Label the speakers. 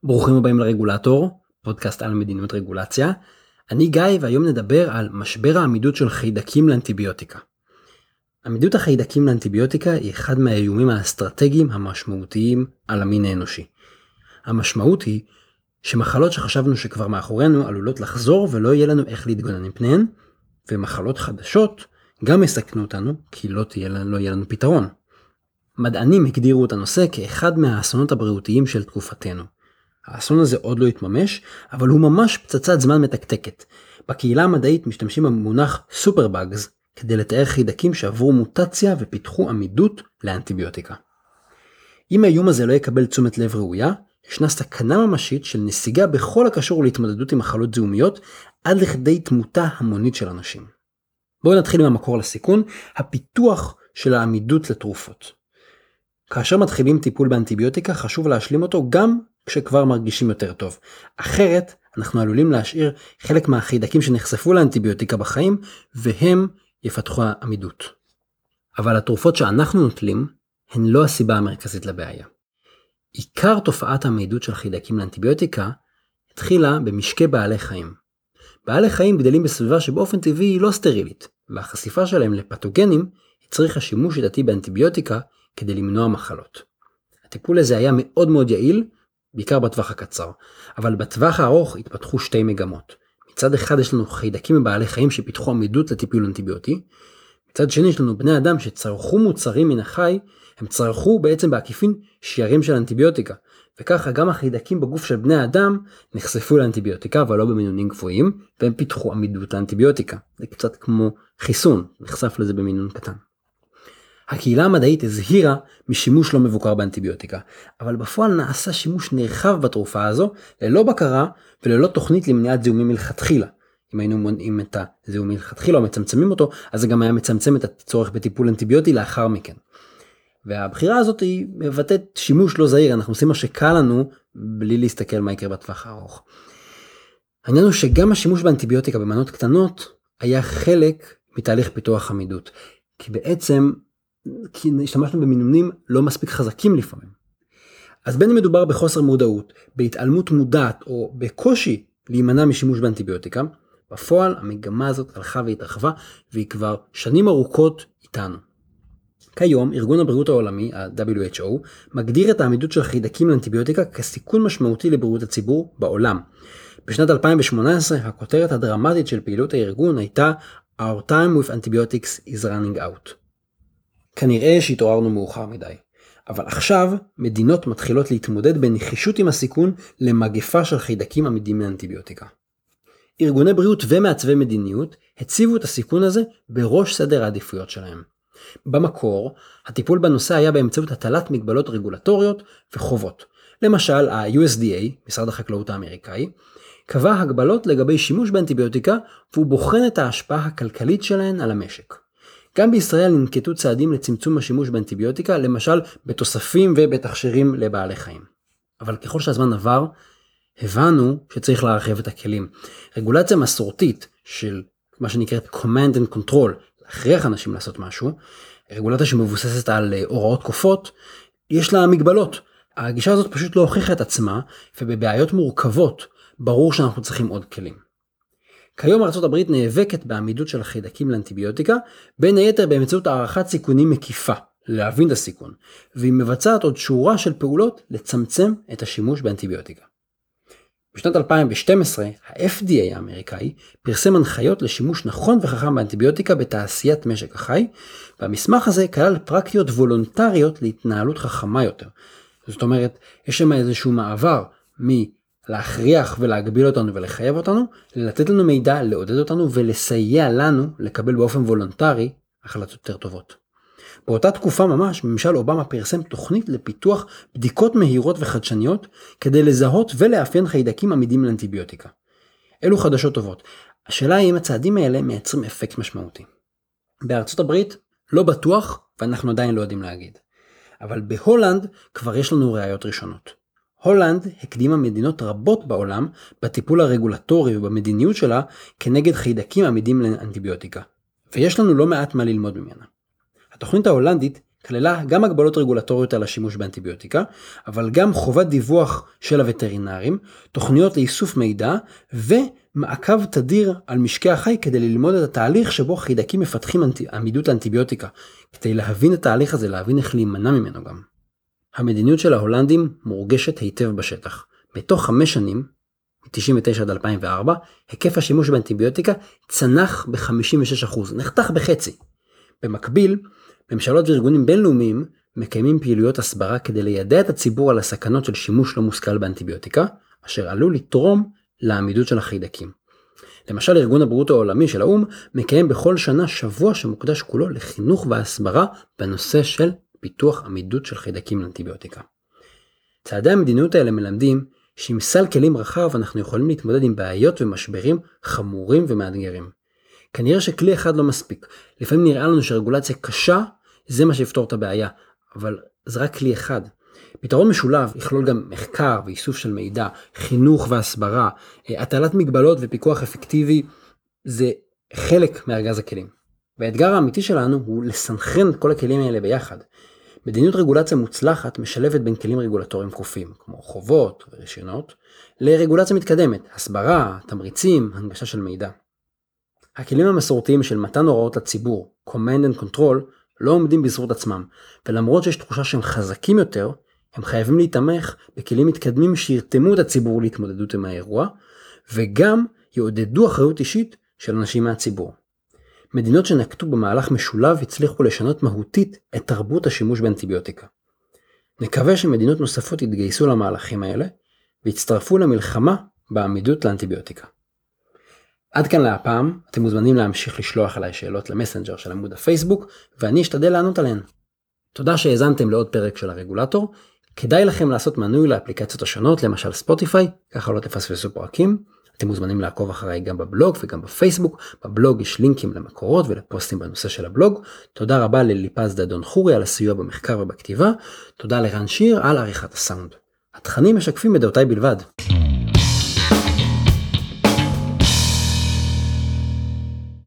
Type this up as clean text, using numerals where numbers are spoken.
Speaker 1: ברוכים הבאים לרגולטור, פודקאסט על מדיניות רגולציה. אני גיא והיום נדבר על משבר העמידות של חיידקים לאנטיביוטיקה. עמידות החיידקים לאנטיביוטיקה היא אחד מהאיומים האסטרטגיים המשמעותיים על המין האנושי. המשמעות היא שמחלות שחשבנו שכבר מאחורינו עלולות לחזור ולא יהיה לנו איך להתגונן מפניהן, ומחלות חדשות גם מסכנו אותנו כי לא יהיה לנו פתרון. מדענים הגדירו את הנושא כאחד מהאסונות הבריאותיים של תקופתנו. האסון הזה עוד לא התממש, אבל הוא ממש פצצת זמן מתקתקת. בקהילה המדעית משתמשים במונח סופרבאגס כדי לתאר חיידקים שעברו מוטציה ופיתחו עמידות לאנטיביוטיקה. אם האיום הזה לא יקבל תשומת לב ראויה, ישנה סכנה ממשית של נסיגה בכל הקשור להתמודדות עם מחלות זיהומיות עד לכדי תמותה המונית של אנשים. בואו נתחיל עם המקור לסיכון, הפיתוח של העמידות לתרופות. כאשר מתחילים טיפול באנטיביוטיקה חשוב להשלים אותו גם כשכבר מרגישים יותר טוב. אחרת אנחנו עלולים להשאיר חלק מהחיידקים שנחשפו לאנטיביוטיקה בחיים והם יפתחו עמידות. אבל התרופות שאנחנו נוטלים הן לא הסיבה המרכזית לבעיה. עיקר תופעת העמידות של חיידקים לאנטיביוטיקה התחילה במשקי בעלי חיים. בעלי חיים גדלים בסביבה שבאופן טבעי היא לא סטרילית, והחשיפה שלהם לפתוגנים הצריכה שימוש שיטתי באנטיביוטיקה כדי למנוע מחלות. הטיפול הזה היה מאוד מאוד יעיל, בעיקר בטווח הקצר, אבל בטווח הארוך התפתחו שתי מגמות. מצד אחד יש לנו חיידקים מבעלי חיים שפיתחו עמידות לטיפול אנטיביוטי, מצד שני יש לנו בני אדם שצרכו מוצרים מן החי, הם צרכו בעצם בעקיפין שיירים של אנטיביוטיקה, וככה גם החיידקים בגוף של בני אדם נחשפו לאנטיביוטיקה, אבל לא במינונים גבוהים, והם פיתחו עמידות לאנטיביוטיקה. זה קצת כמו חיסון, נחשף לזה במינון קטן. הקהילה המדעית הזהירה משימוש לא מבוקר באנטיביוטיקה, אבל בפועל נעשה שימוש נרחב בתרופה הזו, ללא בקרה וללא תוכנית למניעת זיהומים מלכתחילה. אם היינו מונעים את הזיהום מלכתחילה או מצמצמים אותו, אז זה גם היה מצמצם את הצורך בטיפול אנטיביוטי לאחר מכן. והבחירה הזאת היא מבטאת שימוש לא זהיר, אנחנו עושים מה שקל לנו בלי להסתכל מה יקרה בטווח הארוך. העניין הוא שגם השימוש באנטיביוטיקה במנות קטנות היה חלק מתהליך פיתוח עמידות, כי בעצם השתמשנו במינונים לא מספיק חזקים לפעמים. אז בין אם מדובר בחוסר מודעות, בהתעלמות מודעת או בקושי להימנע משימוש באנטיביוטיקה, בפועל המגמה הזאת הלכה והתרחבה והיא כבר שנים ארוכות איתנו. כיום ארגון הבריאות העולמי, ה-WHO, מגדיר את העמידות של חיידקים לאנטיביוטיקה כסיכון משמעותי לבריאות הציבור בעולם. בשנת 2018 הכותרת הדרמטית של פעילות הארגון הייתה Our time with antibiotics is running out. כנראה שהתעוררנו מאוחר מדי, אבל עכשיו מדינות מתחילות להתמודד בנחישות עם הסיכון למגפה של חיידקים עמידים לאנטיביוטיקה. ארגוני בריאות ומעצבי מדיניות הציבו את הסיכון הזה בראש סדר העדיפויות שלהם. במקור, הטיפול בנושא היה באמצעות הטלת מגבלות רגולטוריות וחובות. למשל, ה-USDA, משרד החקלאות האמריקאי, קבע הגבלות לגבי שימוש באנטיביוטיקה והוא בוחן את ההשפעה הכלכלית שלהן על המשק. גם בישראל ננקטו צעדים לצמצום השימוש באנטיביוטיקה, למשל בתוספים ובתכשירים לבעלי חיים. אבל ככל שהזמן עבר, הבנו שצריך להרחיב את הכלים. רגולציה מסורתית של מה שנקראת command and control, להכריח אנשים לעשות משהו, רגולציה שמבוססת על הוראות כופות, יש לה מגבלות. הגישה הזאת פשוט לא הוכיחה את עצמה, ובבעיות מורכבות ברור שאנחנו צריכים עוד כלים. כיום ארצות הברית נאבקת בעמידות של החיידקים לאנטיביוטיקה, בין היתר באמצעות הערכת סיכונים מקיפה, להבין את הסיכון, והיא מבצעת עוד שורה של פעולות לצמצם את השימוש באנטיביוטיקה. בשנת 2012, ה-FDA האמריקאי פרסם הנחיות לשימוש נכון וחכם באנטיביוטיקה בתעשיית משק החי, והמסמך הזה כלל פרקטיות וולונטריות להתנהלות חכמה יותר. זאת אומרת, יש שם איזשהו מעבר להכריח ולהגביל אותנו ולחייב אותנו, לתת לנו מידע, לעודד אותנו ולסייע לנו לקבל באופן וולונטרי החלטות יותר טובות. באותה תקופה ממש, ממשל אובמה פרסם תוכנית לפיתוח בדיקות מהירות וחדשניות כדי לזהות ולאפיין חיידקים עמידים לאנטיביוטיקה. אלו חדשות טובות. השאלה היא אם הצעדים האלה מייצרים אפקט משמעותי. בארצות הברית לא בטוח ואנחנו עדיין לא יודעים להגיד. אבל בהולנד כבר יש לנו ראיות ראשונות. הולנד הקדימה מדינות רבות בעולם בטיפול הרגולטורי ובמדיניות שלה כנגד חיידקים עמידים לאנטיביוטיקה. ויש לנו לא מעט מה ללמוד ממנה. התוכנית ההולנדית כללה גם הגבלות רגולטוריות על השימוש באנטיביוטיקה, אבל גם חובת דיווח של הווטרינרים, תוכניות לאיסוף מידע, ומעקב תדיר על משקי החי כדי ללמוד את התהליך שבו חיידקים מפתחים עמידות לאנטיביוטיקה, כדי להבין את התהליך הזה, להבין איך להימנע ממנו גם. המדיניות של ההולנדים מורגשת היטב בשטח. בתוך 5 שנים, מ-99 עד 2004, היקף השימוש באנטיביוטיקה צנח ב-56%, נחתך בחצי. במקביל, ממשלות וארגונים בינלאומיים מקיימים פעילויות הסברה כדי לידע את הציבור על הסכנות של שימוש לא מושכל באנטיביוטיקה, אשר עלול לתרום לעמידות של החיידקים. למשל, ארגון הבריאות העולמי של האו"ם מקיים בכל שנה שבוע שמוקדש כולו לחינוך והסברה בנושא של פיתוח עמידות של חיידקים לאנטיביוטיקה. צעדי המדיניות האלה מלמדים שעם סל כלים רחב אנחנו יכולים להתמודד עם בעיות ומשברים חמורים ומאתגרים. כנראה שכלי אחד לא מספיק. לפעמים נראה לנו שרגולציה קשה זה מה שיפתור את הבעיה, אבל זה רק כלי אחד. פתרון משולב יכלול גם מחקר ואיסוף של מידע, חינוך והסברה, הטלת מגבלות ופיקוח אפקטיבי, זה חלק מארגז הכלים. והאתגר האמיתי שלנו הוא לסנכרן את כל הכלים האלה ביחד. מדיניות רגולציה מוצלחת משלבת בין כלים רגולטוריים כופים, כמו חובות ורישיונות, לרגולציה מתקדמת, הסברה, תמריצים, הנגשה של מידע. הכלים המסורתיים של מתן הוראות לציבור, command and control, לא עומדים בזכות עצמם, ולמרות שיש תחושה שהם חזקים יותר, הם חייבים להתמך בכלים מתקדמים שירתמו את הציבור להתמודדות עם האירוע, וגם יעודדו אחריות אישית של אנשים מהציבור. מדינות שנקטו במהלך משולב הצליחו לשנות מהותית את תרבות השימוש באנטיביוטיקה. נקווה שמדינות נוספות יתגייסו למהלכים האלה, והצטרפו למלחמה בעמידות לאנטיביוטיקה. עד כאן להפעם, אתם מוזמנים להמשיך לשלוח עליי שאלות למסנג'ר של עמוד הפייסבוק, ואני אשתדל לענות עליהן. תודה שהאזנתם לעוד פרק של הרגולטור, כדאי לכם לעשות מנוי לאפליקציות השונות, למשל ספוטיפיי, ככה לא תפספסו פרקים. אתם מוזמנים לעקוב אחריי גם בבלוג וגם בפייסבוק, בבלוג יש לינקים למקורות ולפוסטים בנושא של הבלוג. תודה רבה לליפז דדון חורי על הסיוע במחקר ובכתיבה, תודה לרן שיר על עריכת הסאונד. התכנים משקפים את דעותיי בלבד.